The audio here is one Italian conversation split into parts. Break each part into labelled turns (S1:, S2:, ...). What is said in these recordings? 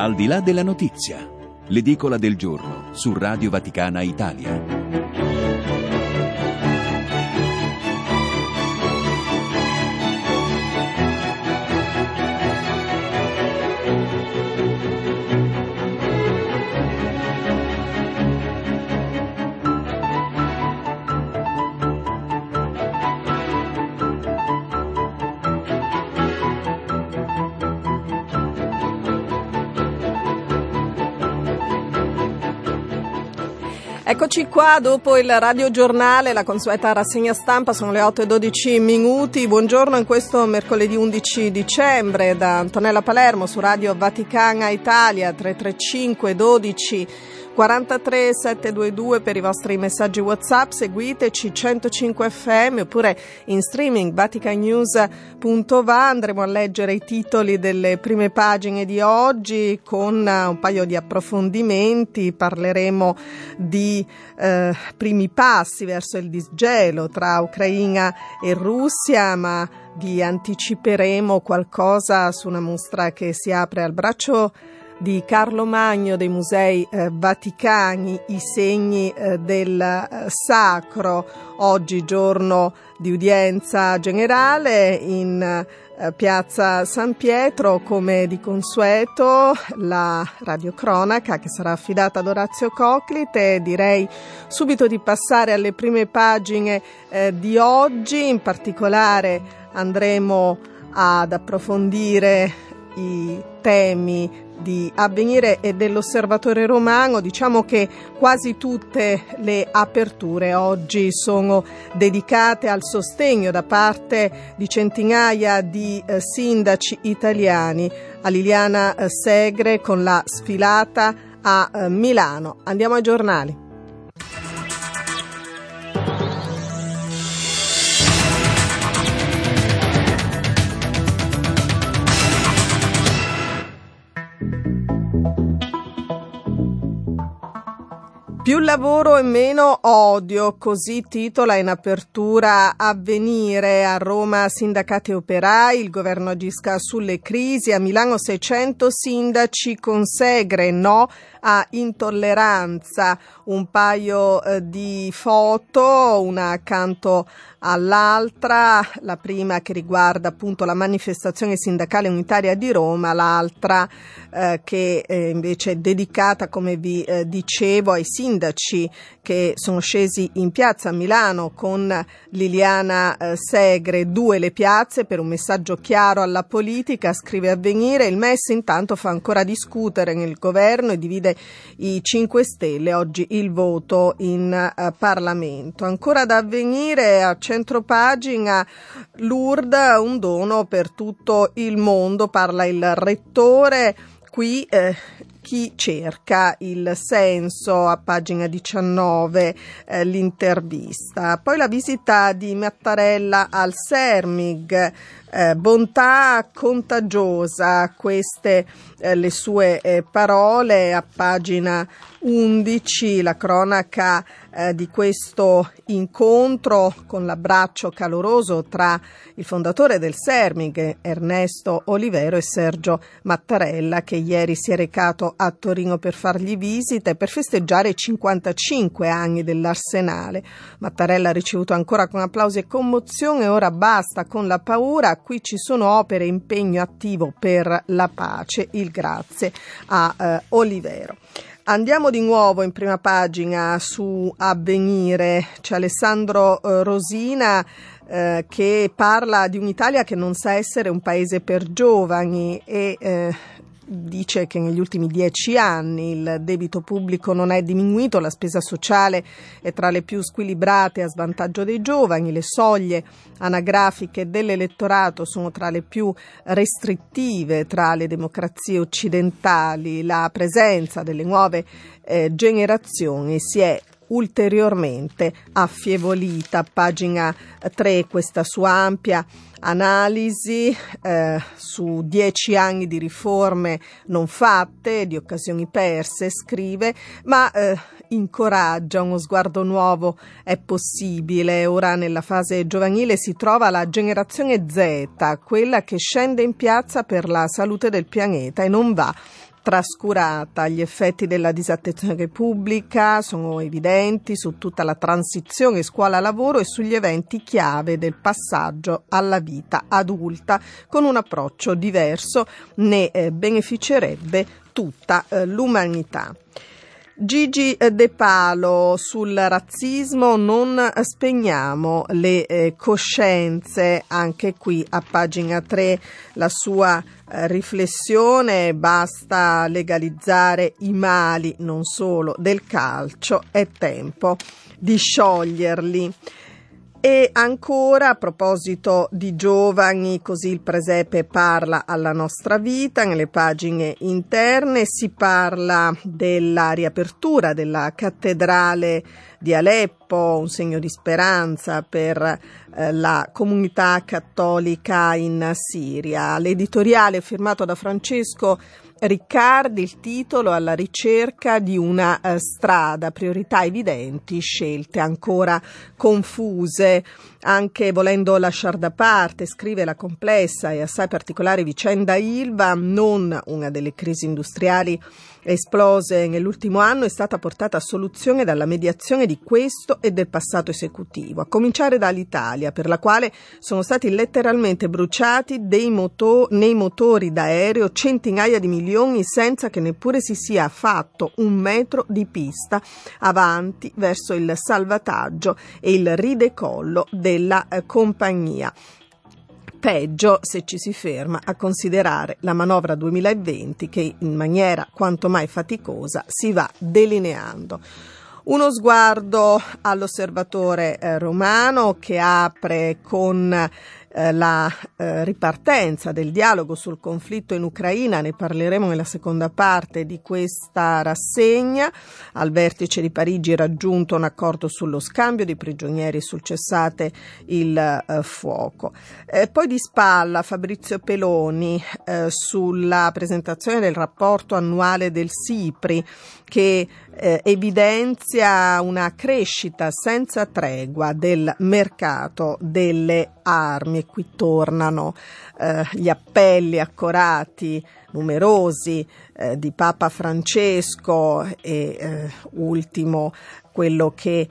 S1: Al di là della notizia, l'edicola del giorno su Radio Vaticana Italia.
S2: Eccoci qua dopo il radiogiornale, la consueta rassegna stampa, sono le 8:12. Buongiorno in questo mercoledì 11 dicembre da Antonella Palermo su Radio Vaticana Italia, 335 12 43 722 per i vostri messaggi WhatsApp, seguiteci 105 FM oppure in streaming vaticanews.va. Andremo a leggere i titoli delle prime pagine di oggi con un paio di approfondimenti, parleremo di primi passi verso il disgelo tra Ucraina e Russia, ma vi anticiperemo qualcosa su una mostra che si apre al braccio di Carlo Magno dei Musei Vaticani, i segni del sacro. Oggi giorno di udienza generale in Piazza San Pietro, come di consueto la radiocronaca che sarà affidata ad Orazio Coclite. Direi subito di passare alle prime pagine di oggi. In particolare andremo ad approfondire i temi di Avvenire e dell'Osservatore Romano. Diciamo che quasi tutte le aperture oggi sono dedicate al sostegno da parte di centinaia di sindaci italiani a Liliana Segre con la sfilata a Milano. Andiamo ai giornali. Più lavoro e meno odio, così titola in apertura Avvenire. A Roma sindacati e operai, il governo agisca sulle crisi. A Milano 600 sindaci con Segre, no a intolleranza. Un paio di foto, una accanto all'altra, la prima che riguarda appunto la manifestazione sindacale unitaria di Roma, l'altra che invece è dedicata, come vi dicevo, ai sindaci che sono scesi in piazza a Milano con Liliana Segre. 2 le piazze per un messaggio chiaro alla politica, scrive Avvenire. Il MES intanto fa ancora discutere nel governo e divide i 5 Stelle oggi il voto in Parlamento. Ancora da Avvenire, a centropagina, Lourdes, un dono per tutto il mondo, parla il rettore. Qui chi cerca il senso, a pagina 19 l'intervista. Poi la visita di Mattarella al Sermig, bontà contagiosa, queste le sue parole. A pagina 11 la cronaca di questo incontro con l'abbraccio caloroso tra il fondatore del Sermig, Ernesto Olivero, e Sergio Mattarella, che ieri si è recato a Torino per fargli visita e per festeggiare i 55 anni dell'Arsenale. Mattarella ha ricevuto ancora con applausi e commozione: ora basta con la paura, qui ci sono opere e impegno attivo per la pace. Il grazie a Olivero. Andiamo di nuovo in prima pagina su Avvenire. C'è Alessandro Rosina che parla di un'Italia che non sa essere un paese per giovani e dice che negli ultimi 10 anni il debito pubblico non è diminuito, la spesa sociale è tra le più squilibrate a svantaggio dei giovani, le soglie anagrafiche dell'elettorato sono tra le più restrittive tra le democrazie occidentali, la presenza delle nuove generazioni si è ulteriormente affievolita. Pagina 3, questa sua ampia analisi su 10 anni di riforme non fatte, di occasioni perse, scrive, ma incoraggia uno sguardo nuovo, è possibile. Ora nella fase giovanile si trova la generazione Z, quella che scende in piazza per la salute del pianeta e non va trascurata. Gli effetti della disattenzione pubblica sono evidenti su tutta la transizione scuola-lavoro e sugli eventi chiave del passaggio alla vita adulta. Con un approccio diverso ne beneficerebbe tutta l'umanità. Gigi De Palo sul razzismo, non spegniamo le coscienze, anche qui a pagina 3 la sua riflessione: basta legalizzare i mali, non solo del calcio, è tempo di scioglierli. E ancora, a proposito di giovani, così il presepe parla alla nostra vita. Nelle pagine interne si parla della riapertura della cattedrale di Aleppo, un segno di speranza per la comunità cattolica in Siria. L'editoriale è firmato da Francesco Riccardi, il titolo: alla ricerca di una strada, priorità evidenti, scelte ancora confuse. Anche volendo lasciar da parte, scrive, la complessa e assai particolare vicenda Ilva, non una delle crisi industriali esplose nell'ultimo anno, è stata portata a soluzione dalla mediazione di questo e del passato esecutivo, a cominciare dall'Italia, per la quale sono stati letteralmente bruciati nei motori d'aereo centinaia di milioni senza che neppure si sia fatto un metro di pista avanti verso il salvataggio e il ridecollo della compagnia. Peggio se ci si ferma a considerare la manovra 2020 che in maniera quanto mai faticosa si va delineando. Uno sguardo all'Osservatore Romano, che apre con la ripartenza del dialogo sul conflitto in Ucraina. Ne parleremo nella seconda parte di questa rassegna. Al vertice di Parigi è raggiunto un accordo sullo scambio di prigionieri e sul cessate il fuoco. Poi di spalla Fabrizio Peloni sulla presentazione del rapporto annuale del SIPRI, che evidenzia una crescita senza tregua del mercato delle armi. E qui tornano gli appelli accorati, numerosi, di Papa Francesco e ultimo quello che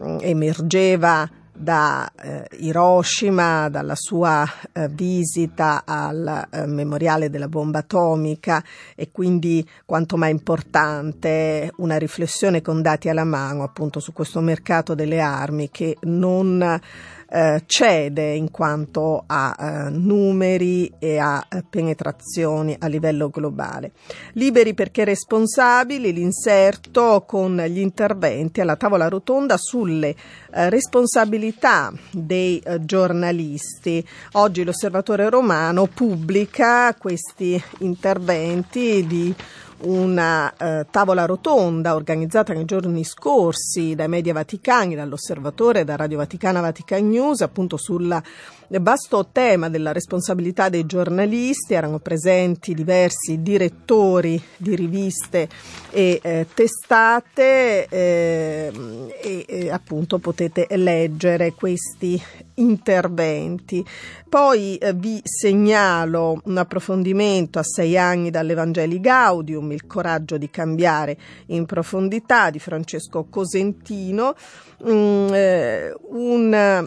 S2: emergeva da Hiroshima, dalla sua visita al memoriale della bomba atomica, e quindi quanto mai importante una riflessione con dati alla mano appunto su questo mercato delle armi che non cede in quanto a numeri e a penetrazioni a livello globale. Liberi perché responsabili, l'inserto con gli interventi alla tavola rotonda sulle responsabilità dei giornalisti. Oggi l'Osservatore Romano pubblica questi interventi di una tavola rotonda organizzata nei giorni scorsi dai media vaticani, dall'Osservatore, da Radio Vaticana, Vatican News, appunto sul vasto tema della responsabilità dei giornalisti. Erano presenti diversi direttori di riviste e testate e appunto potete leggere questi interventi. Poi vi segnalo un approfondimento a 6 anni dall'Evangelii Gaudium, il coraggio di cambiare in profondità, di Francesco Cosentino, un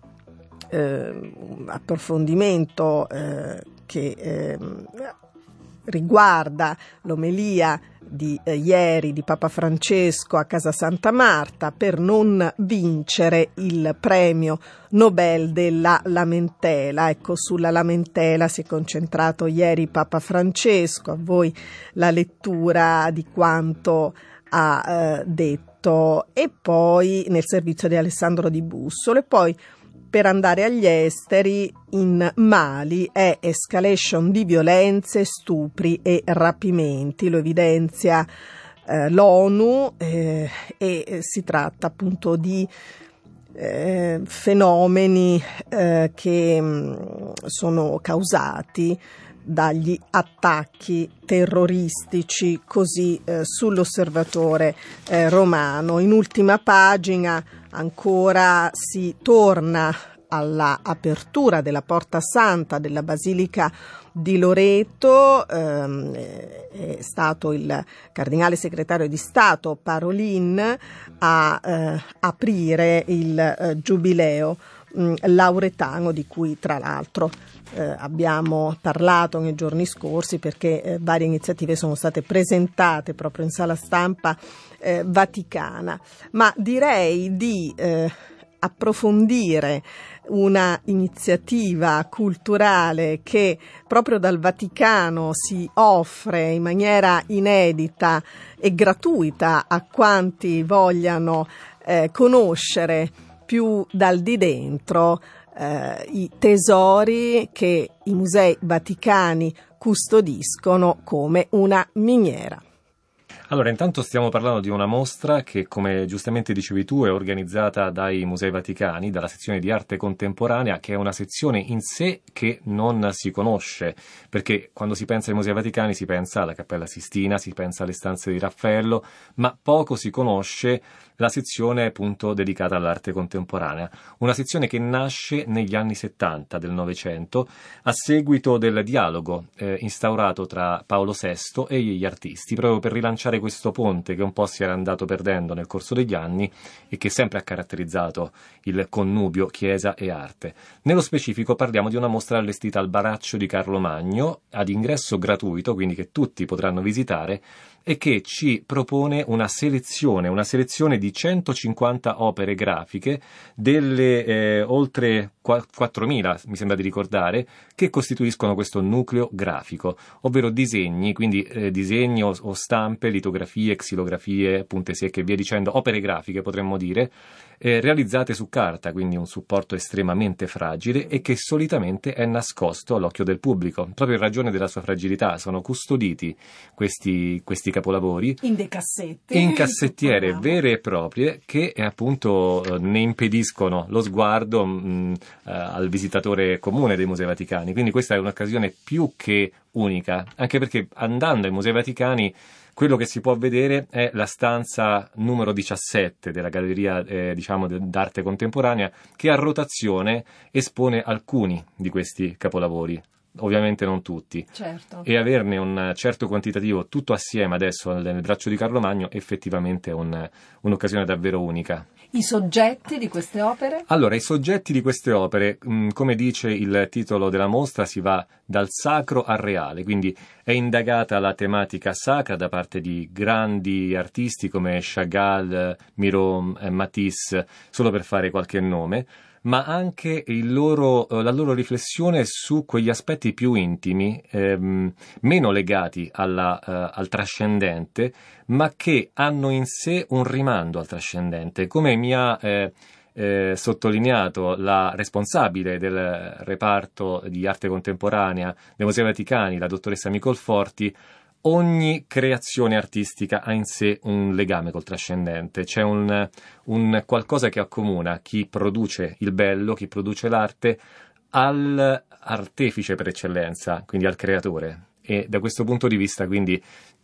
S2: approfondimento che riguarda l'omelia di ieri di Papa Francesco a Casa Santa Marta per non vincere il premio Nobel della lamentela. Ecco, sulla lamentela si è concentrato ieri Papa Francesco. A voi la lettura di quanto ha detto, e poi nel servizio di Alessandro Di Bussolo. E poi, per andare agli esteri, in Mali è escalation di violenze, stupri e rapimenti. Lo evidenzia l'ONU e si tratta appunto di fenomeni che sono causati dagli attacchi terroristici, così sull'Osservatore Romano. In ultima pagina ancora si torna alla apertura della Porta Santa della Basilica di Loreto è stato il cardinale segretario di Stato Parolin a aprire il giubileo lauretano, di cui tra l'altro abbiamo parlato nei giorni scorsi, perché varie iniziative sono state presentate proprio in sala stampa vaticana. Ma direi di approfondire una iniziativa culturale che proprio dal Vaticano si offre in maniera inedita e gratuita a quanti vogliano conoscere più dal di dentro i tesori che i musei vaticani custodiscono come una miniera.
S3: Allora, intanto stiamo parlando di una mostra che, come giustamente dicevi tu, è organizzata dai Musei Vaticani, dalla sezione di arte contemporanea, che è una sezione in sé che non si conosce, perché quando si pensa ai Musei Vaticani si pensa alla Cappella Sistina, si pensa alle stanze di Raffaello, ma poco si conosce la sezione appunto dedicata all'arte contemporanea, una sezione che nasce negli anni 70 del Novecento a seguito del dialogo instaurato tra Paolo VI e gli artisti, proprio per rilanciare questo ponte che un po' si era andato perdendo nel corso degli anni e che sempre ha caratterizzato il connubio chiesa e arte. Nello specifico parliamo di una mostra allestita al Baraccio di Carlo Magno, ad ingresso gratuito, quindi che tutti potranno visitare, e che ci propone una selezione di 150 opere grafiche delle oltre 4.000, mi sembra di ricordare, che costituiscono questo nucleo grafico, ovvero disegni, quindi disegni o stampe, litografie, xilografie, punte secche e via dicendo, opere grafiche potremmo dire, realizzate su carta, quindi un supporto estremamente fragile e che solitamente è nascosto all'occhio del pubblico, proprio in ragione della sua fragilità. Sono custoditi questi capolavori
S2: in dei cassetti,
S3: in cassettiere vere e proprie che appunto ne impediscono lo sguardo al visitatore comune dei Musei Vaticani. Quindi questa è un'occasione più che unica, anche perché andando ai Musei Vaticani quello che si può vedere è la stanza numero 17 della Galleria d'arte contemporanea, che a rotazione espone alcuni di questi capolavori. Ovviamente non tutti.
S2: Certo.
S3: E averne un certo quantitativo tutto assieme adesso nel Braccio di Carlo Magno effettivamente è un'occasione davvero unica.
S2: I soggetti di queste opere?
S3: Allora, i soggetti di queste opere, come dice il titolo della mostra, si va dal sacro al reale, quindi è indagata la tematica sacra da parte di grandi artisti come Chagall, Miro, Matisse, solo per fare qualche nome, ma anche la loro riflessione su quegli aspetti più intimi, meno legati al trascendente, ma che hanno in sé un rimando al trascendente, come mi ha sottolineato la responsabile del reparto di arte contemporanea dei Musei Vaticani, la dottoressa Micolforti. Ogni creazione artistica ha in sé un legame col trascendente, c'è un qualcosa che accomuna chi produce il bello, chi produce l'arte, all'artefice per eccellenza, quindi al creatore. E da questo punto di vista, quindi,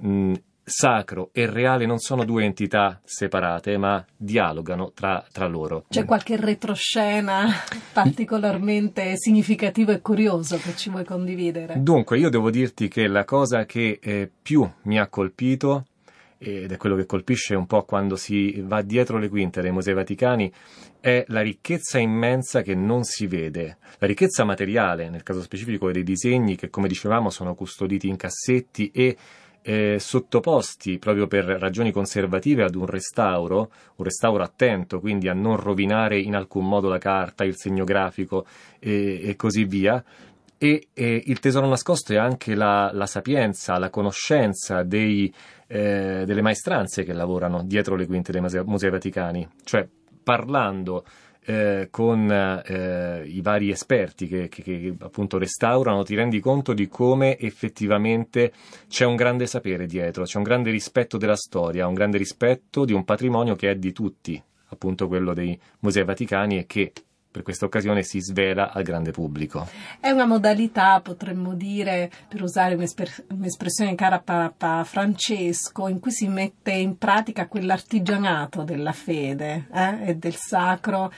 S3: sacro e reale non sono due entità separate, ma dialogano tra loro.
S2: C'è qualche retroscena particolarmente significativo e curioso che ci vuoi condividere?
S3: Dunque, io devo dirti che la cosa che più mi ha colpito, ed è quello che colpisce un po' quando si va dietro le quinte dei Musei Vaticani, è la ricchezza immensa che non si vede, la ricchezza materiale, nel caso specifico dei disegni che, come dicevamo, sono custoditi in cassetti e sottoposti proprio per ragioni conservative ad un restauro attento, quindi a non rovinare in alcun modo la carta, il segno grafico e così via. E il tesoro nascosto è anche la sapienza, la conoscenza delle maestranze che lavorano dietro le quinte dei Musei Vaticani, cioè parlando con i vari esperti che appunto restaurano, ti rendi conto di come effettivamente c'è un grande sapere dietro, c'è un grande rispetto della storia, un grande rispetto di un patrimonio che è di tutti, appunto quello dei Musei Vaticani, e che per questa occasione si svela al grande pubblico.
S2: È una modalità, potremmo dire, per usare un'espressione cara a Papa Francesco, in cui si mette in pratica quell'artigianato della fede e del sacro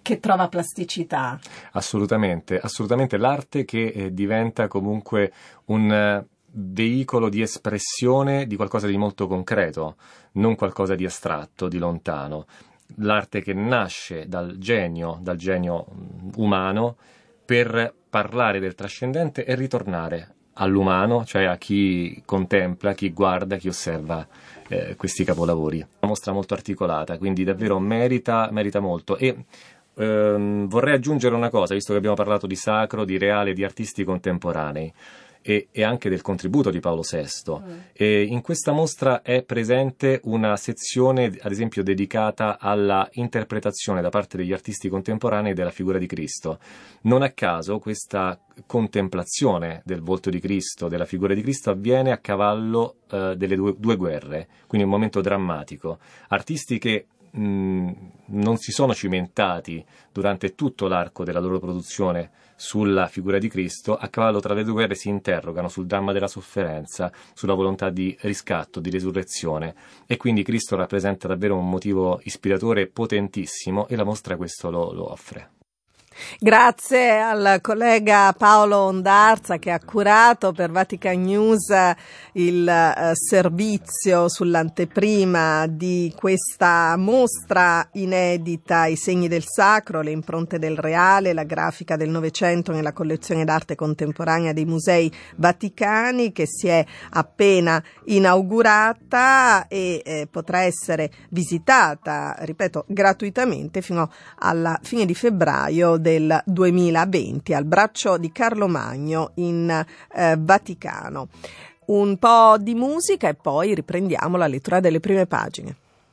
S2: che trova plasticità.
S3: Assolutamente, l'arte che diventa comunque un veicolo di espressione di qualcosa di molto concreto, non qualcosa di astratto, di lontano. L'arte che nasce dal genio umano per parlare del trascendente e ritornare all'umano, cioè a chi contempla, chi guarda, chi osserva questi capolavori. Una mostra molto articolata, quindi davvero merita molto. E vorrei aggiungere una cosa, visto che abbiamo parlato di sacro, di reale, di artisti contemporanei e anche del contributo di Paolo VI. E in questa mostra è presente una sezione, ad esempio, dedicata alla interpretazione da parte degli artisti contemporanei della figura di Cristo. Non a caso questa contemplazione del volto di Cristo, della figura di Cristo, avviene a cavallo delle due guerre, quindi un momento drammatico. Artisti che non si sono cimentati durante tutto l'arco della loro produzione sulla figura di Cristo, a cavallo tra le due guerre si interrogano sul dramma della sofferenza, sulla volontà di riscatto, di resurrezione, e quindi Cristo rappresenta davvero un motivo ispiratore potentissimo e la mostra questo lo offre.
S2: Grazie al collega Paolo Ondarza che ha curato per Vatican News il servizio sull'anteprima di questa mostra inedita I segni del sacro, le impronte del reale, la grafica del Novecento nella collezione d'arte contemporanea dei Musei Vaticani, che si è appena inaugurata e potrà essere visitata, ripeto, gratuitamente fino alla fine di febbraio del 2020 al Braccio di Carlo Magno in Vaticano. Un po' di musica e poi riprendiamo la lettura delle prime pagine.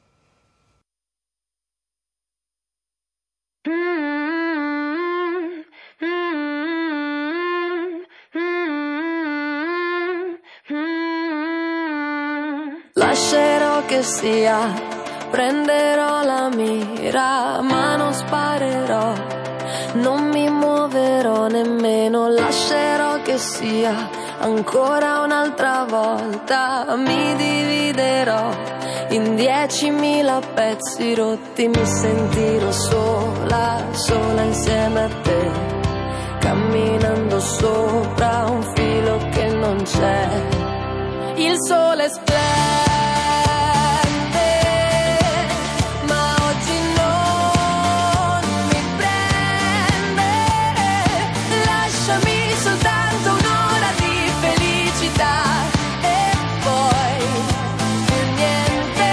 S4: Lascerò che sia, prenderò la mira, ma non sparerò. Non mi muoverò nemmeno, lascerò che sia, ancora un'altra volta mi dividerò in 10.000 pezzi rotti, mi sentirò sola insieme a te, camminando sopra un filo che non c'è. Il sole splende, ma oggi non mi prende. Lasciami soltanto un'ora di felicità e poi più niente.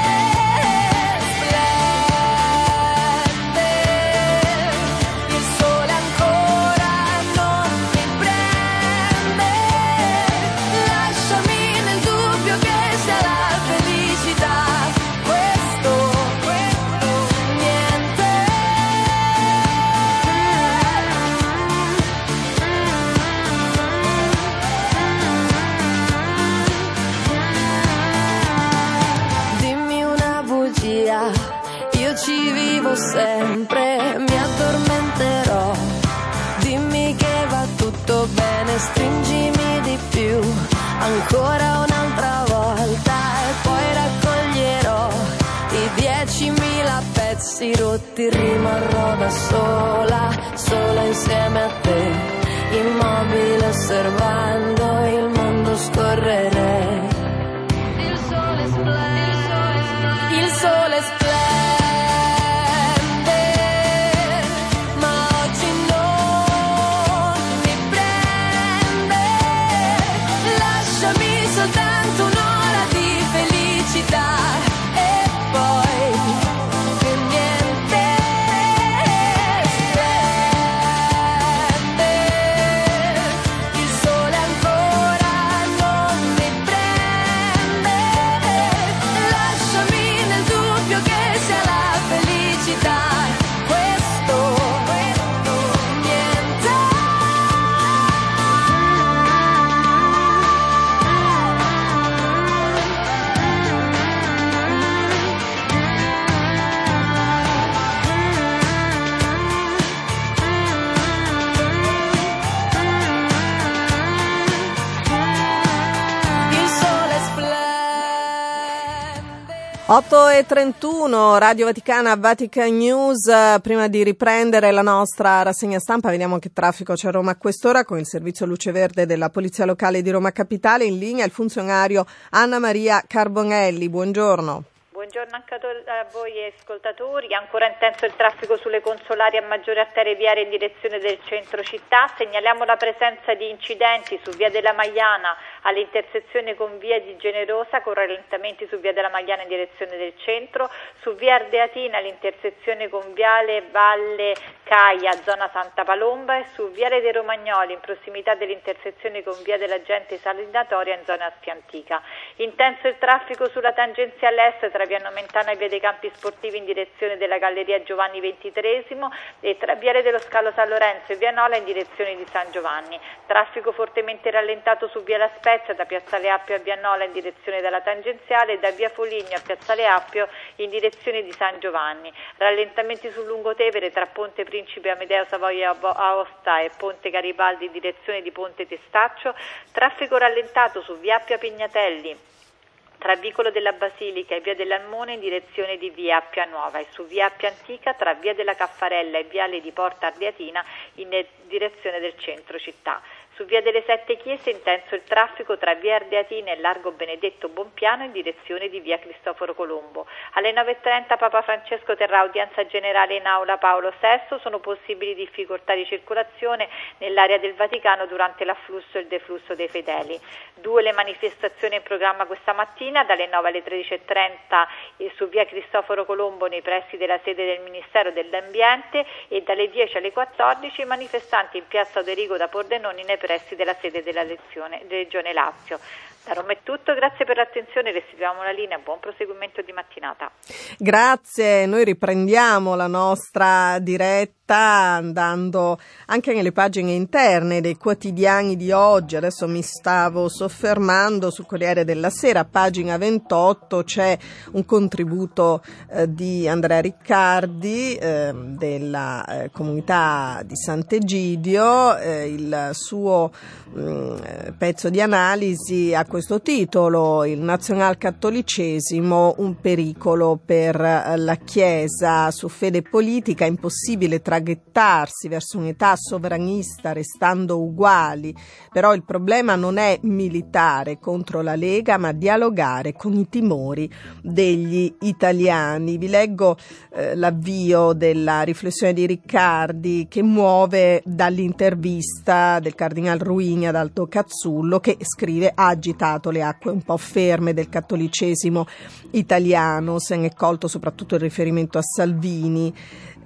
S4: Splende, il sole ancora non mi prende. Lasciami nel dubbio che sia la felicità, questo niente. Dimmi una bugia, io ci vivo sempre, mi addormenterò. Dimmi che va tutto bene, stringimi di più, ancora un'altra volta e poi raccoglierò i 10.000 pezzi rotti, rimarrò da sola insieme a te, immobile osservando il mondo scorrere. Il sole splende, il sole splende, ma oggi non mi prende. Lasciami soltanto un'ora di felicità e poi più niente. Splende, il sole ancora
S2: 8:31, Radio Vaticana, Vatican News. Prima di riprendere la nostra rassegna stampa, vediamo che traffico c'è a Roma a quest'ora con il servizio luce verde della Polizia Locale di Roma Capitale. In linea il funzionario Anna Maria Carbonelli. Buongiorno.
S5: Buongiorno anche a voi ascoltatori. Ancora intenso il traffico sulle consolari a maggiore arterie viarie in direzione del centro città. Segnaliamo la presenza di incidenti su via della Maiana all'intersezione con via di Generosa, con rallentamenti su via della Maiana in direzione del centro, su via Ardeatina all'intersezione con viale Valle Caia, zona Santa Palomba, e su viale dei Romagnoli in prossimità dell'intersezione con via della Gente Salinatoria in zona Astia Antica. Intenso il traffico sulla tangenziale est tra via Nomentana e via dei Campi Sportivi in direzione della Galleria Giovanni XXIII e tra viale dello Scalo San Lorenzo e via Nola in direzione di San Giovanni. Traffico fortemente rallentato su via La Spezia da piazzale Appio a via Nola in direzione della tangenziale e da via Foligno a piazzale Appio in direzione di San Giovanni. Rallentamenti sul Lungotevere tra Ponte Principe Amedeo Savoia Aosta e Ponte Garibaldi in direzione di Ponte Testaccio. Traffico rallentato su via Appio a Pignatelli tra Vicolo della Basilica e via dell'Almone in direzione di via Appia Nuova e su via Appia Antica tra via della Caffarella e viale di Porta Ardeatina in direzione del centro città. Su via delle Sette Chiese intenso il traffico tra via Ardeatina e largo Benedetto Bonpiano in direzione di via Cristoforo Colombo. Alle 9:30 Papa Francesco terrà udienza generale in aula Paolo VI. Sono possibili difficoltà di circolazione nell'area del Vaticano durante l'afflusso e il deflusso dei fedeli. 2 le manifestazioni in programma questa mattina, dalle 9 alle 13:30 su via Cristoforo Colombo nei pressi della sede del Ministero dell'Ambiente e dalle 10 alle 14 i manifestanti in piazza Oderigo da Pordenone nei pressi della sede della Regione Lazio. Da Roma è tutto, grazie per l'attenzione, restituiamo la linea, buon proseguimento di mattinata.
S2: Grazie, noi riprendiamo la nostra diretta andando anche nelle pagine interne dei quotidiani di oggi. Adesso mi stavo soffermando sul Corriere della Sera, pagina 28, c'è un contributo di Andrea Riccardi della comunità di Sant'Egidio, il suo pezzo di analisi a questo titolo: il nazionalcattolicesimo, un pericolo per la Chiesa. Su Fede Politica, impossibile traghettarsi verso un'età sovranista restando uguali, però il problema non è militare contro la Lega ma dialogare con i timori degli italiani. Vi leggo l'avvio della riflessione di Riccardi, che muove dall'intervista del Cardinal Ruini ad Aldo Cazzullo, che scrive: ha agitato le acque un po' ferme del cattolicesimo italiano, se ne è colto soprattutto il riferimento a Salvini.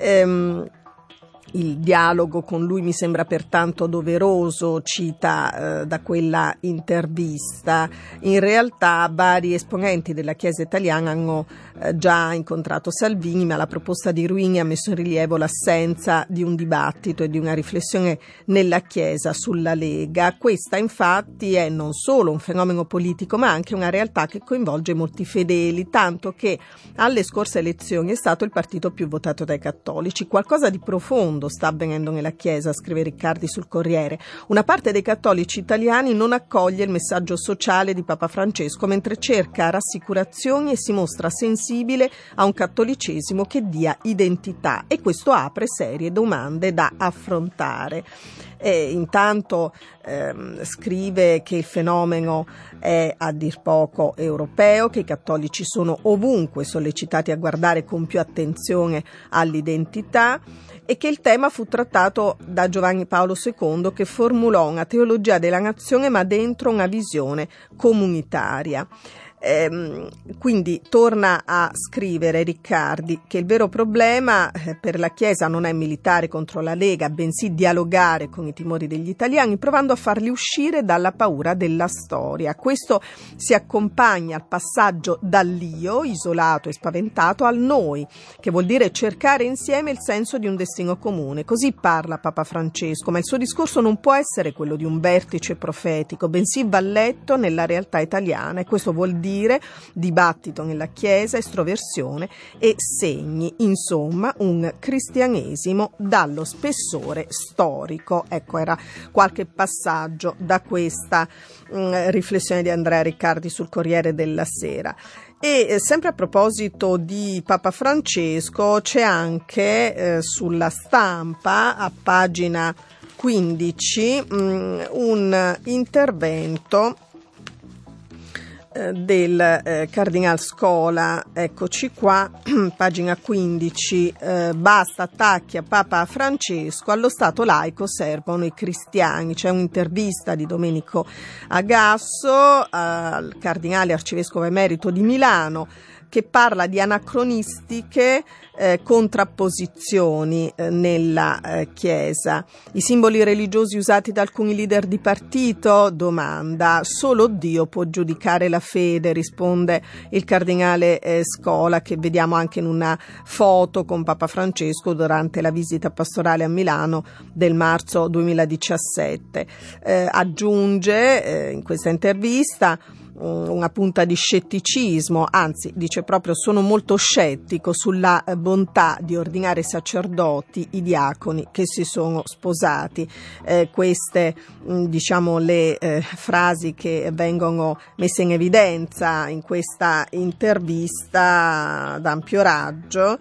S2: Il dialogo con lui mi sembra pertanto doveroso, cita da quella intervista. In realtà vari esponenti della Chiesa italiana hanno già incontrato Salvini, ma la proposta di Ruini ha messo in rilievo l'assenza di un dibattito e di una riflessione nella Chiesa sulla Lega. Questa infatti è non solo un fenomeno politico ma anche una realtà che coinvolge molti fedeli, tanto che alle scorse elezioni è stato il partito più votato dai cattolici. Qualcosa di profondo sta avvenendo nella Chiesa, scrive Riccardi sul Corriere. Una parte dei cattolici italiani non accoglie il messaggio sociale di Papa Francesco, mentre cerca rassicurazioni e si mostra sensibile a un cattolicesimo che dia identità, e questo apre serie domande da affrontare. Intanto scrive che il fenomeno è a dir poco europeo, che i cattolici sono ovunque sollecitati a guardare con più attenzione all'identità e che il tema fu trattato da Giovanni Paolo II, che formulò una teologia della nazione ma dentro una visione comunitaria. Quindi torna a scrivere Riccardi che il vero problema per la Chiesa non è militare contro la Lega, bensì dialogare con i timori degli italiani, provando a farli uscire dalla paura della storia. Questo si accompagna al passaggio dall'io, isolato e spaventato, al noi, che vuol dire cercare insieme il senso di un destino comune. Così parla Papa Francesco, ma il suo discorso non può essere quello di un vertice profetico, bensì va letto nella realtà italiana, e questo vuol dire dibattito nella Chiesa, estroversione e segni, insomma un cristianesimo dallo spessore storico. Ecco, era qualche passaggio da questa riflessione di Andrea Riccardi sul Corriere della Sera. E sempre a proposito di Papa Francesco c'è anche sulla Stampa, a pagina 15, un intervento del Cardinal Scola. Eccoci qua, pagina 15, basta attacchi a Papa Francesco, allo Stato laico servono i cristiani. C'è un'intervista di Domenico Agasso al Cardinale Arcivescovo Emerito di Milano, che parla di anacronistiche contrapposizioni nella Chiesa. I simboli religiosi usati da alcuni leader di partito? Domanda. Solo Dio può giudicare la fede, risponde il cardinale Scola, che vediamo anche in una foto con Papa Francesco durante la visita pastorale a Milano del marzo 2017. Aggiunge in questa intervista una punta di scetticismo, anzi dice proprio: sono molto scettico sulla bontà di ordinare sacerdoti i diaconi che si sono sposati. Queste diciamo le frasi che vengono messe in evidenza in questa intervista d'ampio raggio,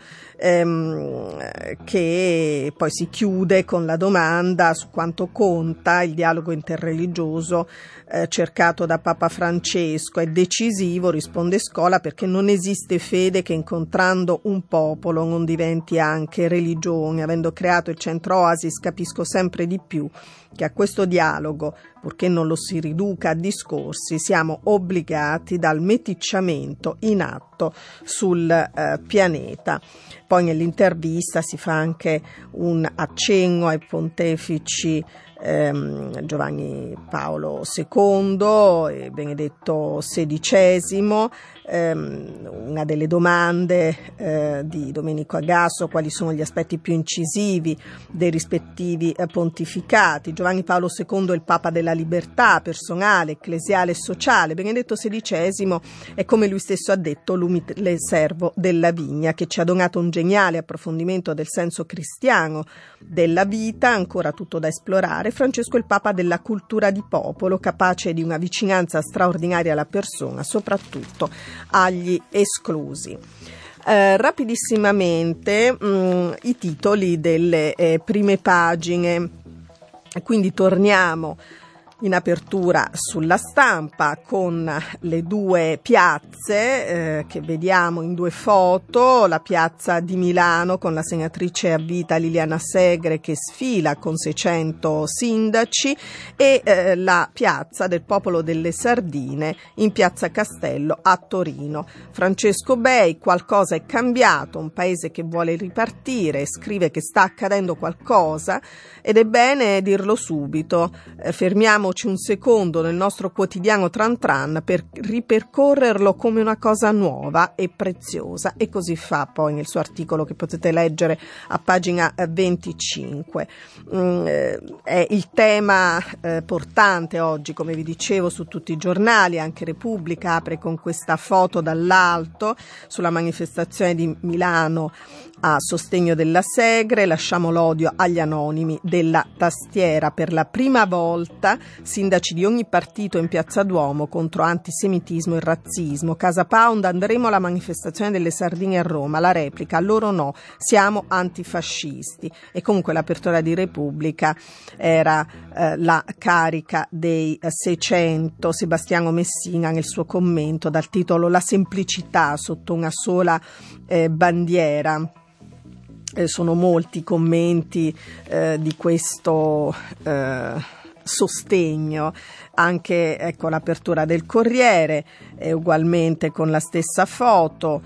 S2: che poi si chiude con la domanda su quanto conta il dialogo interreligioso cercato da Papa Francesco. È decisivo, risponde Scola, perché non esiste fede che incontrando un popolo non diventi anche religione. Avendo creato il centro Oasis, capisco sempre di più che a questo dialogo, purché non lo si riduca a discorsi, siamo obbligati dal meticciamento in atto sul pianeta. Poi nell'intervista si fa anche un accenno ai pontefici Giovanni Paolo II e Benedetto XVI. Una delle domande di Domenico Agasso: quali sono gli aspetti più incisivi dei rispettivi pontificati? Giovanni Paolo II è il Papa della libertà personale, ecclesiale e sociale. Benedetto XVI è, come lui stesso ha detto, l'umile servo della vigna, che ci ha donato un geniale approfondimento del senso cristiano della vita, ancora tutto da esplorare. Francesco è il Papa della cultura di popolo, capace di una vicinanza straordinaria alla persona, soprattutto agli esclusi. Rapidissimamente i titoli delle prime pagine, quindi torniamo in apertura sulla Stampa con le due piazze che vediamo in due foto: la piazza di Milano con la senatrice a vita Liliana Segre che sfila con 600 sindaci, e la piazza del Popolo delle Sardine in piazza Castello a Torino. Francesco Bei: qualcosa è cambiato, un paese che vuole ripartire, scrive che sta accadendo qualcosa ed è bene dirlo subito. Fermiamoci un secondo nel nostro quotidiano tran tran per ripercorrerlo come una cosa nuova e preziosa, e così fa poi nel suo articolo che potete leggere a pagina 25. È il tema portante oggi, come vi dicevo, su tutti i giornali. Anche Repubblica apre con questa foto dall'alto sulla manifestazione di Milano a sostegno della Segre: lasciamo l'odio agli anonimi della tastiera. Per la prima volta sindaci di ogni partito in Piazza Duomo contro antisemitismo e razzismo. Casa Pound: andremo alla manifestazione delle sardine a Roma. La replica: loro no, siamo antifascisti. E comunque l'apertura di Repubblica era la carica dei 600. Sebastiano Messina nel suo commento dal titolo "La semplicità sotto una sola bandiera". Sono molti commenti di questo sostegno. Anche l'apertura del Corriere ugualmente con la stessa foto,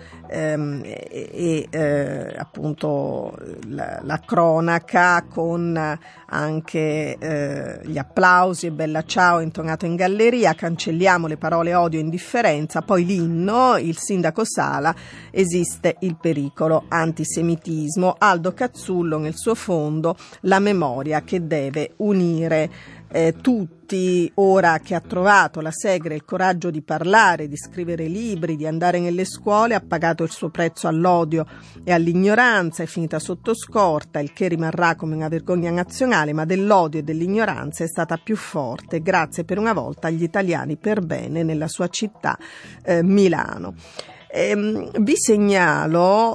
S2: appunto la cronaca con anche gli applausi e bella ciao intonato in galleria. Cancelliamo le parole odio e indifferenza. Poi l'inno, il sindaco Sala: esiste il pericolo antisemitismo. Aldo Cazzullo nel suo fondo: la memoria che deve unire tutti. Ora che ha trovato la Segre il coraggio di parlare, di scrivere libri, di andare nelle scuole, ha pagato il suo prezzo all'odio e all'ignoranza, è finita sotto scorta, il che rimarrà come una vergogna nazionale, ma dell'odio e dell'ignoranza è stata più forte, grazie per una volta agli italiani per bene nella sua città, Milano. Vi segnalo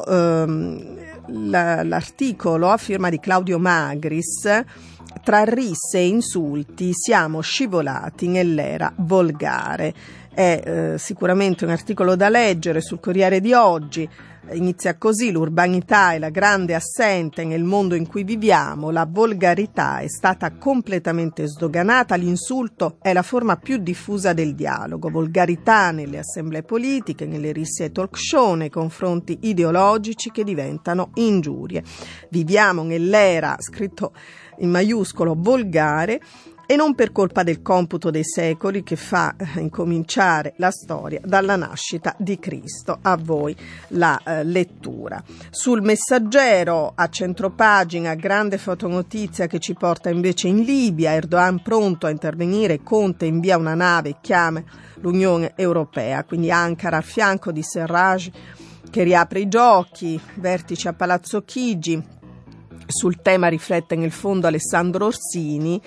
S2: l'articolo a firma di Claudio Magris. Tra risse e insulti siamo scivolati nell'era volgare. È sicuramente un articolo da leggere sul Corriere di oggi. Inizia così: l'urbanità è la grande assente nel mondo in cui viviamo, la volgarità è stata completamente sdoganata, l'insulto è la forma più diffusa del dialogo, volgarità nelle assemblee politiche, nelle risse e talk show, nei confronti ideologici che diventano ingiurie. Viviamo nell'era, scritto in maiuscolo, volgare, e non per colpa del computo dei secoli che fa incominciare la storia dalla nascita di Cristo. A voi la lettura. Sul Messaggero, a centropagina, grande fotonotizia che ci porta invece in Libia. Erdogan pronto a intervenire, Conte invia una nave e chiama l'Unione Europea, quindi Ankara al fianco di Serraj che riapre i giochi, vertice a Palazzo Chigi. Sul tema riflette nel fondo Alessandro Orsini,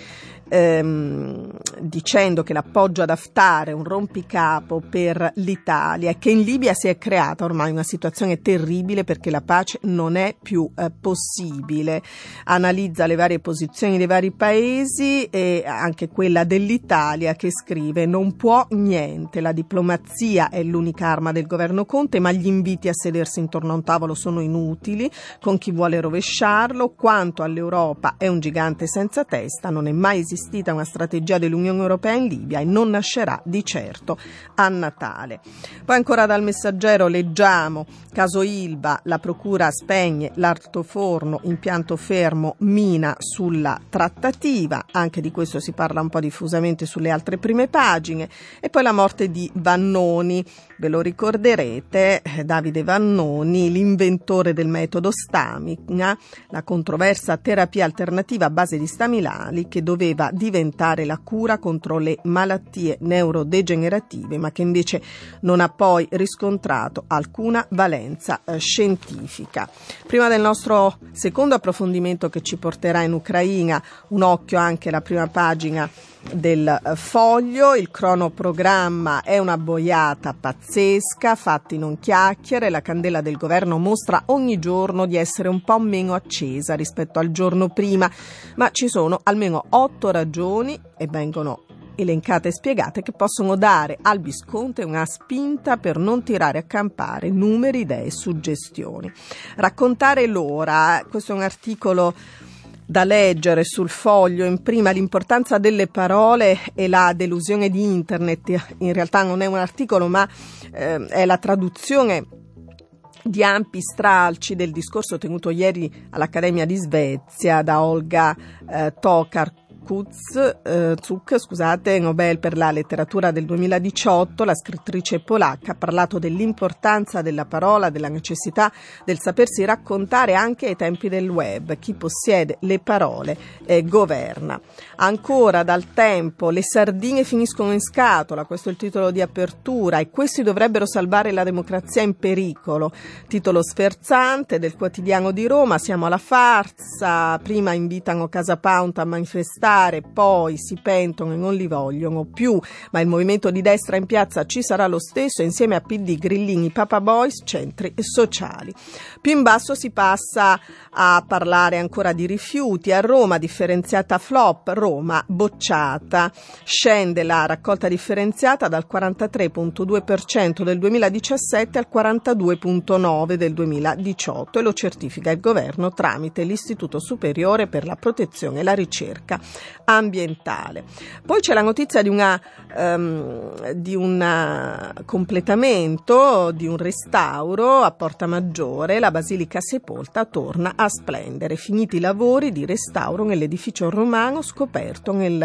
S2: dicendo che l'appoggio ad Haftar è un rompicapo per l'Italia e che in Libia si è creata ormai una situazione terribile perché la pace non è più possibile. Analizza le varie posizioni dei vari paesi e anche quella dell'Italia, che scrive: non può niente, la diplomazia è l'unica arma del governo Conte, ma gli inviti a sedersi intorno a un tavolo sono inutili con chi vuole rovesciarlo. Quanto all'Europa, è un gigante senza testa, non è mai esistita una strategia dell'Unione Europea in Libia e non nascerà di certo a Natale. Poi ancora dal Messaggero leggiamo: caso Ilva, la procura spegne l'altoforno, impianto fermo, mina sulla trattativa. Anche di questo si parla un po' diffusamente sulle altre prime pagine. E poi la morte di Vannoni, ve lo ricorderete, Davide Vannoni, l'inventore del metodo Stamina, la controversa terapia alternativa a base di staminali che doveva diventare la cura contro le malattie neurodegenerative, ma che invece non ha poi riscontrato alcuna valenza scientifica. Prima del nostro secondo approfondimento che ci porterà in Ucraina, un occhio anche alla prima pagina del Foglio. Il cronoprogramma è una boiata pazzesca, fatti non chiacchiere, la candela del governo mostra ogni giorno di essere un po' meno accesa rispetto al giorno prima, ma ci sono almeno 8 ragioni e vengono elencate e spiegate che possono dare al Visconti una spinta per non tirare a campare numeri, idee e suggestioni. Raccontare l'ora, questo è un articolo da leggere sul Foglio. In prima, l'importanza delle parole e la delusione di Internet. In realtà non è un articolo, ma è la traduzione di ampi stralci del discorso tenuto ieri all'Accademia di Svezia da Olga Tokarczuk, Nobel per la letteratura del 2018. La scrittrice polacca ha parlato dell'importanza della parola, della necessità del sapersi raccontare anche ai tempi del web. Chi possiede le parole governa. Ancora dal Tempo, le sardine finiscono in scatola, questo è il titolo di apertura, e questi dovrebbero salvare la democrazia in pericolo. Titolo sferzante del Quotidiano di Roma: siamo alla farsa, prima invitano Casa Pound a manifestare, poi si pentono e non li vogliono più, ma il movimento di destra in piazza ci sarà lo stesso, insieme a PD, Grillini, Papa Boys, centri sociali. Più in basso si passa a parlare ancora di rifiuti. A Roma differenziata flop, Roma bocciata, scende la raccolta differenziata dal 43,2% del 2017 al 42,9% del 2018 e lo certifica il governo tramite l'Istituto Superiore per la Protezione e la Ricerca Ambientale. Poi c'è la notizia di un completamento, di un restauro a Porta Maggiore. La Basilica Sepolta torna a splendere, finiti i lavori di restauro nell'edificio romano scoperto nel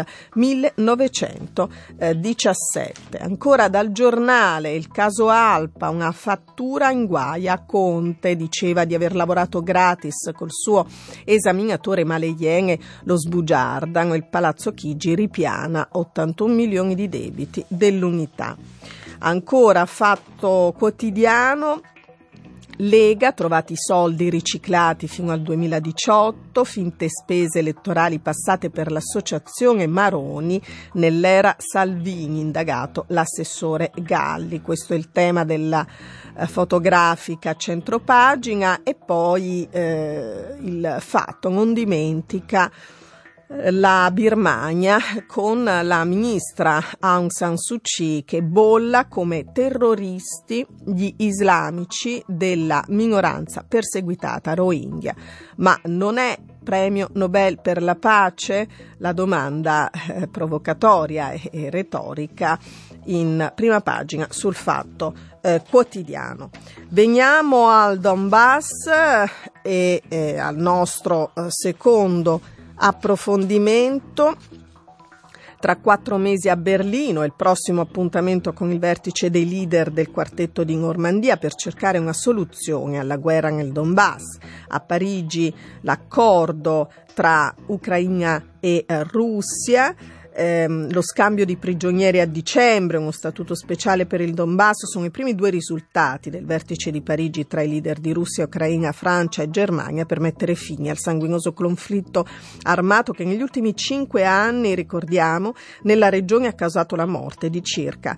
S2: 1917. Ancora dal Giornale, il caso Alpa, una fattura in guai a Conte, diceva di aver lavorato gratis col suo esaminatore Maleiene, lo sbugiardano. Il Palazzo Chigi ripiana 81 milioni di debiti dell'Unità. Ancora Fatto Quotidiano, Lega, trovati i soldi riciclati fino al 2018, finte spese elettorali passate per l'associazione Maroni nell'era Salvini, indagato l'assessore Galli. Questo è il tema della fotografica a centropagina. E poi il Fatto non dimentica la Birmania con la ministra Aung San Suu Kyi che bolla come terroristi gli islamici della minoranza perseguitata Rohingya. Ma non è premio Nobel per la pace? La domanda provocatoria e retorica in prima pagina sul Fatto Quotidiano. Veniamo al Donbass e al nostro secondo approfondimento. Tra 4 mesi a Berlino è il prossimo appuntamento con il vertice dei leader del quartetto di Normandia per cercare una soluzione alla guerra nel Donbass. A Parigi l'accordo tra Ucraina e Russia. Lo scambio di prigionieri a dicembre, uno statuto speciale per il Donbass sono i primi 2 risultati del vertice di Parigi tra i leader di Russia, Ucraina, Francia e Germania per mettere fine al sanguinoso conflitto armato che negli ultimi 5 anni, ricordiamo, nella regione ha causato la morte di circa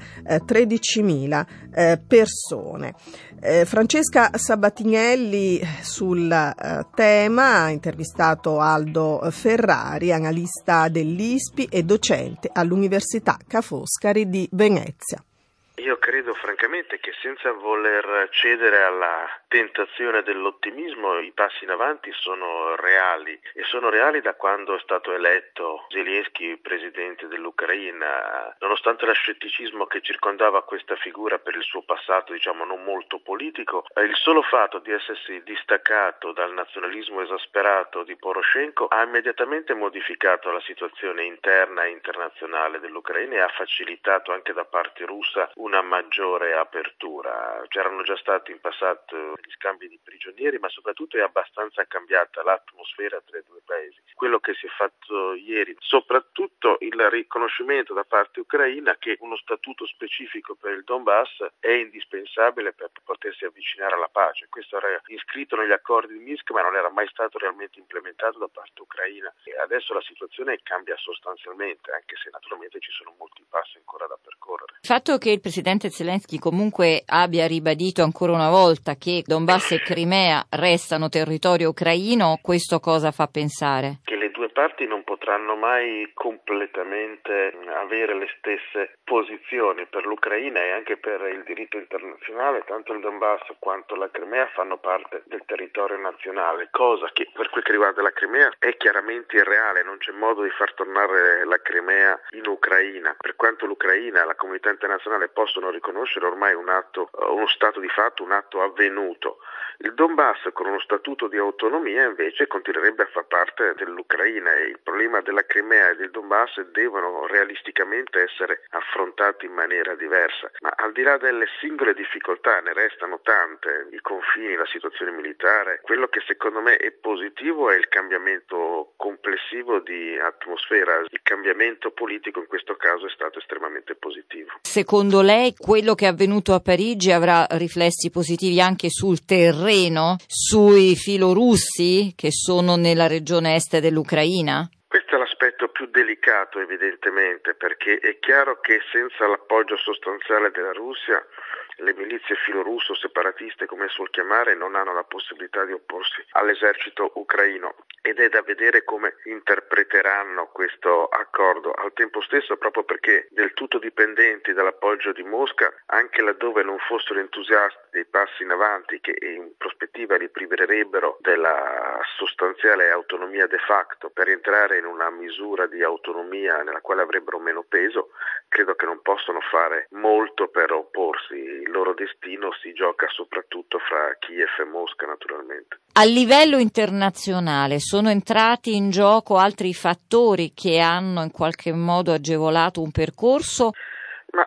S2: 13.000 persone. Francesca Sabatinelli sul tema ha intervistato Aldo Ferrari, analista dell'ISPI e docente all'Università Ca' Foscari di Venezia.
S6: Io credo francamente che senza voler cedere alla tentazione dell'ottimismo i passi in avanti sono reali e sono reali da quando è stato eletto Zelensky presidente dell'Ucraina. Nonostante lo scetticismo che circondava questa figura per il suo passato non molto politico, il solo fatto di essersi distaccato dal nazionalismo esasperato di Poroshenko ha immediatamente modificato la situazione interna e internazionale dell'Ucraina e ha facilitato anche da parte russa una maggiore apertura. C'erano già stati in passato gli scambi di prigionieri, ma soprattutto è abbastanza cambiata l'atmosfera tra i due paesi. Quello che si è fatto ieri, soprattutto il riconoscimento da parte ucraina che uno statuto specifico per il Donbass è indispensabile per potersi avvicinare alla pace. Questo era iscritto negli accordi di Minsk, ma non era mai stato realmente implementato da parte ucraina. E adesso la situazione cambia sostanzialmente, anche se naturalmente ci sono molti passi ancora da percorrere.
S7: Il fatto che il presidente Zelensky comunque abbia ribadito ancora una volta che Donbass e Crimea restano territorio ucraino, questo cosa fa pensare?
S6: Che le due parti non potranno mai completamente avere le stesse posizioni. Per l'Ucraina e anche per il diritto internazionale, tanto il Donbass quanto la Crimea fanno parte del territorio nazionale, cosa che per quel che riguarda la Crimea è chiaramente irreale, non c'è modo di far tornare la Crimea in Ucraina, per quanto l'Ucraina e la comunità internazionale possono riconoscere ormai uno stato di fatto, un atto avvenuto. Il Donbass con uno statuto di autonomia invece continuerebbe a far parte dell'Ucraina e il problema della Crimea e del Donbass devono realisticamente essere affrontati in maniera diversa. Ma al di là delle singole difficoltà, ne restano tante, i confini, la situazione militare, quello che secondo me è positivo è il cambiamento complessivo di atmosfera, il cambiamento politico in questo caso è stato estremamente positivo.
S7: Secondo lei quello che è avvenuto a Parigi avrà riflessi positivi anche sul terreno, sui filorussi che sono nella regione est dell'Ucraina?
S6: Questo è l'aspetto più delicato evidentemente, perché è chiaro che senza l'appoggio sostanziale della Russia le milizie filorusso separatiste, come suol chiamare, non hanno la possibilità di opporsi all'esercito ucraino ed è da vedere come interpreteranno questo accordo. Al tempo stesso, proprio perché del tutto dipendenti dall'appoggio di Mosca, anche laddove non fossero entusiasti dei passi in avanti che in prospettiva li priverebbero della sostanziale autonomia de facto per entrare in una misura di autonomia nella quale avrebbero meno peso, credo che non possono fare molto per opporsi. Il loro destino si gioca soprattutto fra Kiev e Mosca, naturalmente.
S7: A livello internazionale sono entrati in gioco altri fattori che hanno in qualche modo agevolato un percorso?
S6: Ma a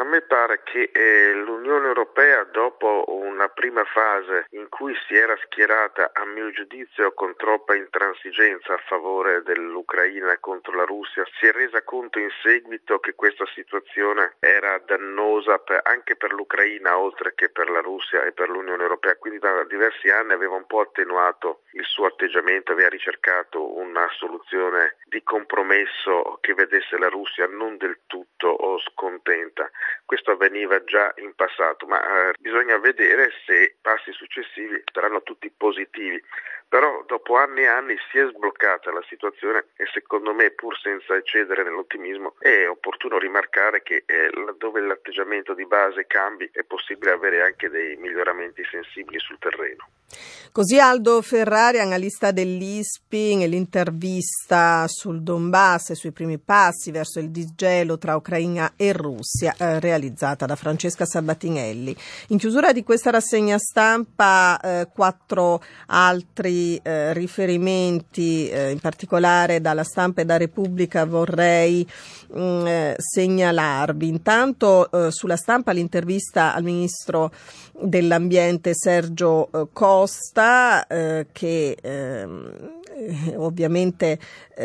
S6: me pare che l'Unione Europea, dopo una prima fase in cui si era schierata, a mio giudizio, con troppa intransigenza a favore dell'Ucraina contro la Russia, si è resa conto in seguito che questa situazione era dannosa anche per l'Ucraina, oltre che per la Russia e per l'Unione Europea. Quindi da diversi anni aveva un po' attenuato il suo atteggiamento, aveva ricercato una soluzione di compromesso che vedesse la Russia non del tutto scontenta. Questo avveniva già in passato, ma bisogna vedere se passi successivi saranno tutti positivi. Però dopo anni e anni si è sbloccata la situazione e secondo me, pur senza eccedere nell'ottimismo, è opportuno rimarcare che laddove l'atteggiamento di base cambi è possibile avere anche dei miglioramenti sensibili sul terreno.
S2: Così Aldo Ferrari, analista dell'ISPI, nell'intervista sul Donbass e sui primi passi verso il disgelo tra Ucraina e Russia, realizzata da Francesca Sabatinelli. In chiusura di questa rassegna stampa 4 altri riferimenti, in particolare dalla Stampa e da Repubblica, vorrei segnalarvi. Intanto sulla Stampa l'intervista al ministro dell'Ambiente Sergio Costa, che ovviamente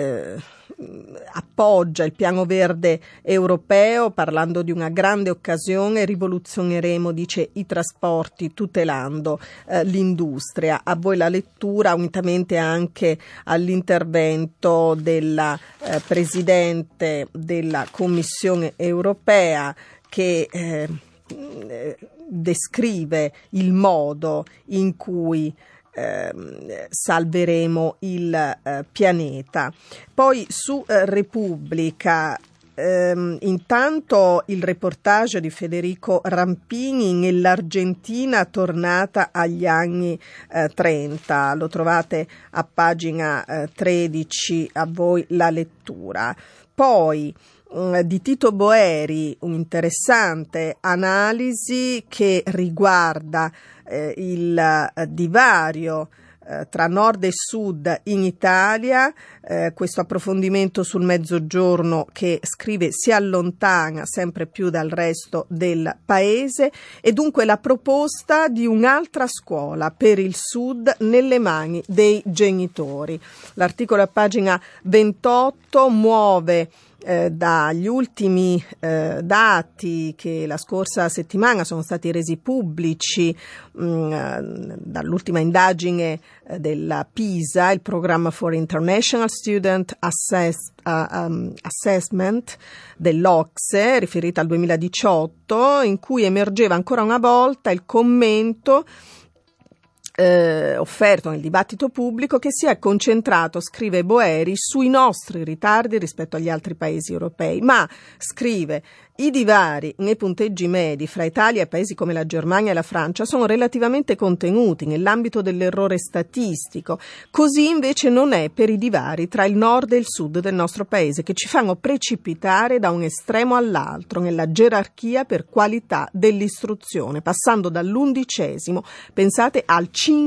S2: appoggia il piano verde europeo, parlando di una grande occasione. Rivoluzioneremo, dice, i trasporti tutelando l'industria. A voi la lettura, unitamente anche all'intervento della Presidente della Commissione europea, che descrive il modo in cui salveremo il pianeta. Poi su Repubblica, intanto il reportage di Federico Rampini nell'Argentina tornata agli anni 30, lo trovate a pagina 13, a voi la lettura. Poi di Tito Boeri, un'interessante analisi che riguarda il divario tra nord e sud in Italia, questo approfondimento sul Mezzogiorno che, scrive, si allontana sempre più dal resto del paese, e dunque la proposta di un'altra scuola per il sud nelle mani dei genitori. L'articolo a pagina 28 muove dagli ultimi dati che la scorsa settimana sono stati resi pubblici dall'ultima indagine della PISA, il Programma for International Student Assessment dell'OCSE, riferita al 2018, in cui emergeva ancora una volta il commento offerto nel dibattito pubblico, che si è concentrato, scrive Boeri, sui nostri ritardi rispetto agli altri paesi europei, ma, scrive, i divari nei punteggi medi fra Italia e paesi come la Germania e la Francia sono relativamente contenuti nell'ambito dell'errore statistico. Così invece non è per i divari tra il nord e il sud del nostro paese, che ci fanno precipitare da un estremo all'altro nella gerarchia per qualità dell'istruzione, passando dall'11°, pensate, al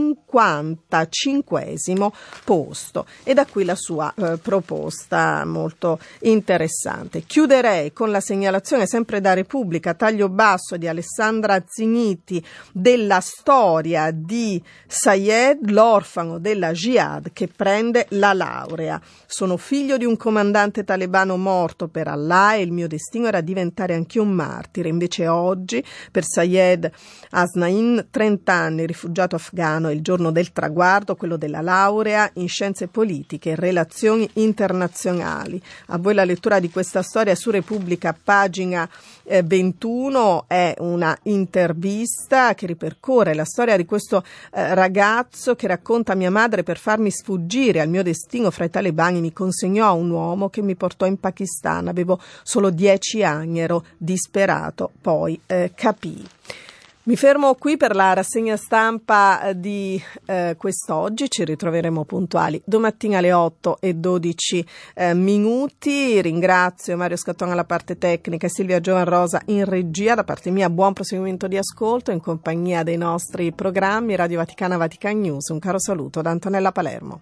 S2: 55° posto. E da qui la sua proposta molto interessante. Chiuderei con la segnalazione, sempre da Repubblica, taglio basso di Alessandra Ziniti, della storia di Sayed, l'orfano della Jihad che prende la laurea. Sono figlio di un comandante talebano morto per Allah e il mio destino era diventare anch'io un martire. Invece oggi, per Sayed Hasnain, 30 anni, rifugiato afghano, è il giorno del traguardo, quello della laurea in scienze politiche e relazioni internazionali. A voi la lettura di questa storia su Repubblica, pagina 21, è una intervista che ripercorre la storia di questo ragazzo che racconta: mia madre, per farmi sfuggire al mio destino fra i talebani, mi consegnò a un uomo che mi portò in Pakistan. Avevo solo 10 anni, ero disperato, poi capii. Mi fermo qui per la rassegna stampa di quest'oggi. Ci ritroveremo puntuali domattina alle 8:12 Ringrazio Mario Scattone alla parte tecnica e Silvia Giovanrosa in regia. Da parte mia, buon proseguimento di ascolto in compagnia dei nostri programmi Radio Vaticana, Vatican News. Un caro saluto da Antonella Palermo.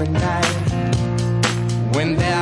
S8: every night when there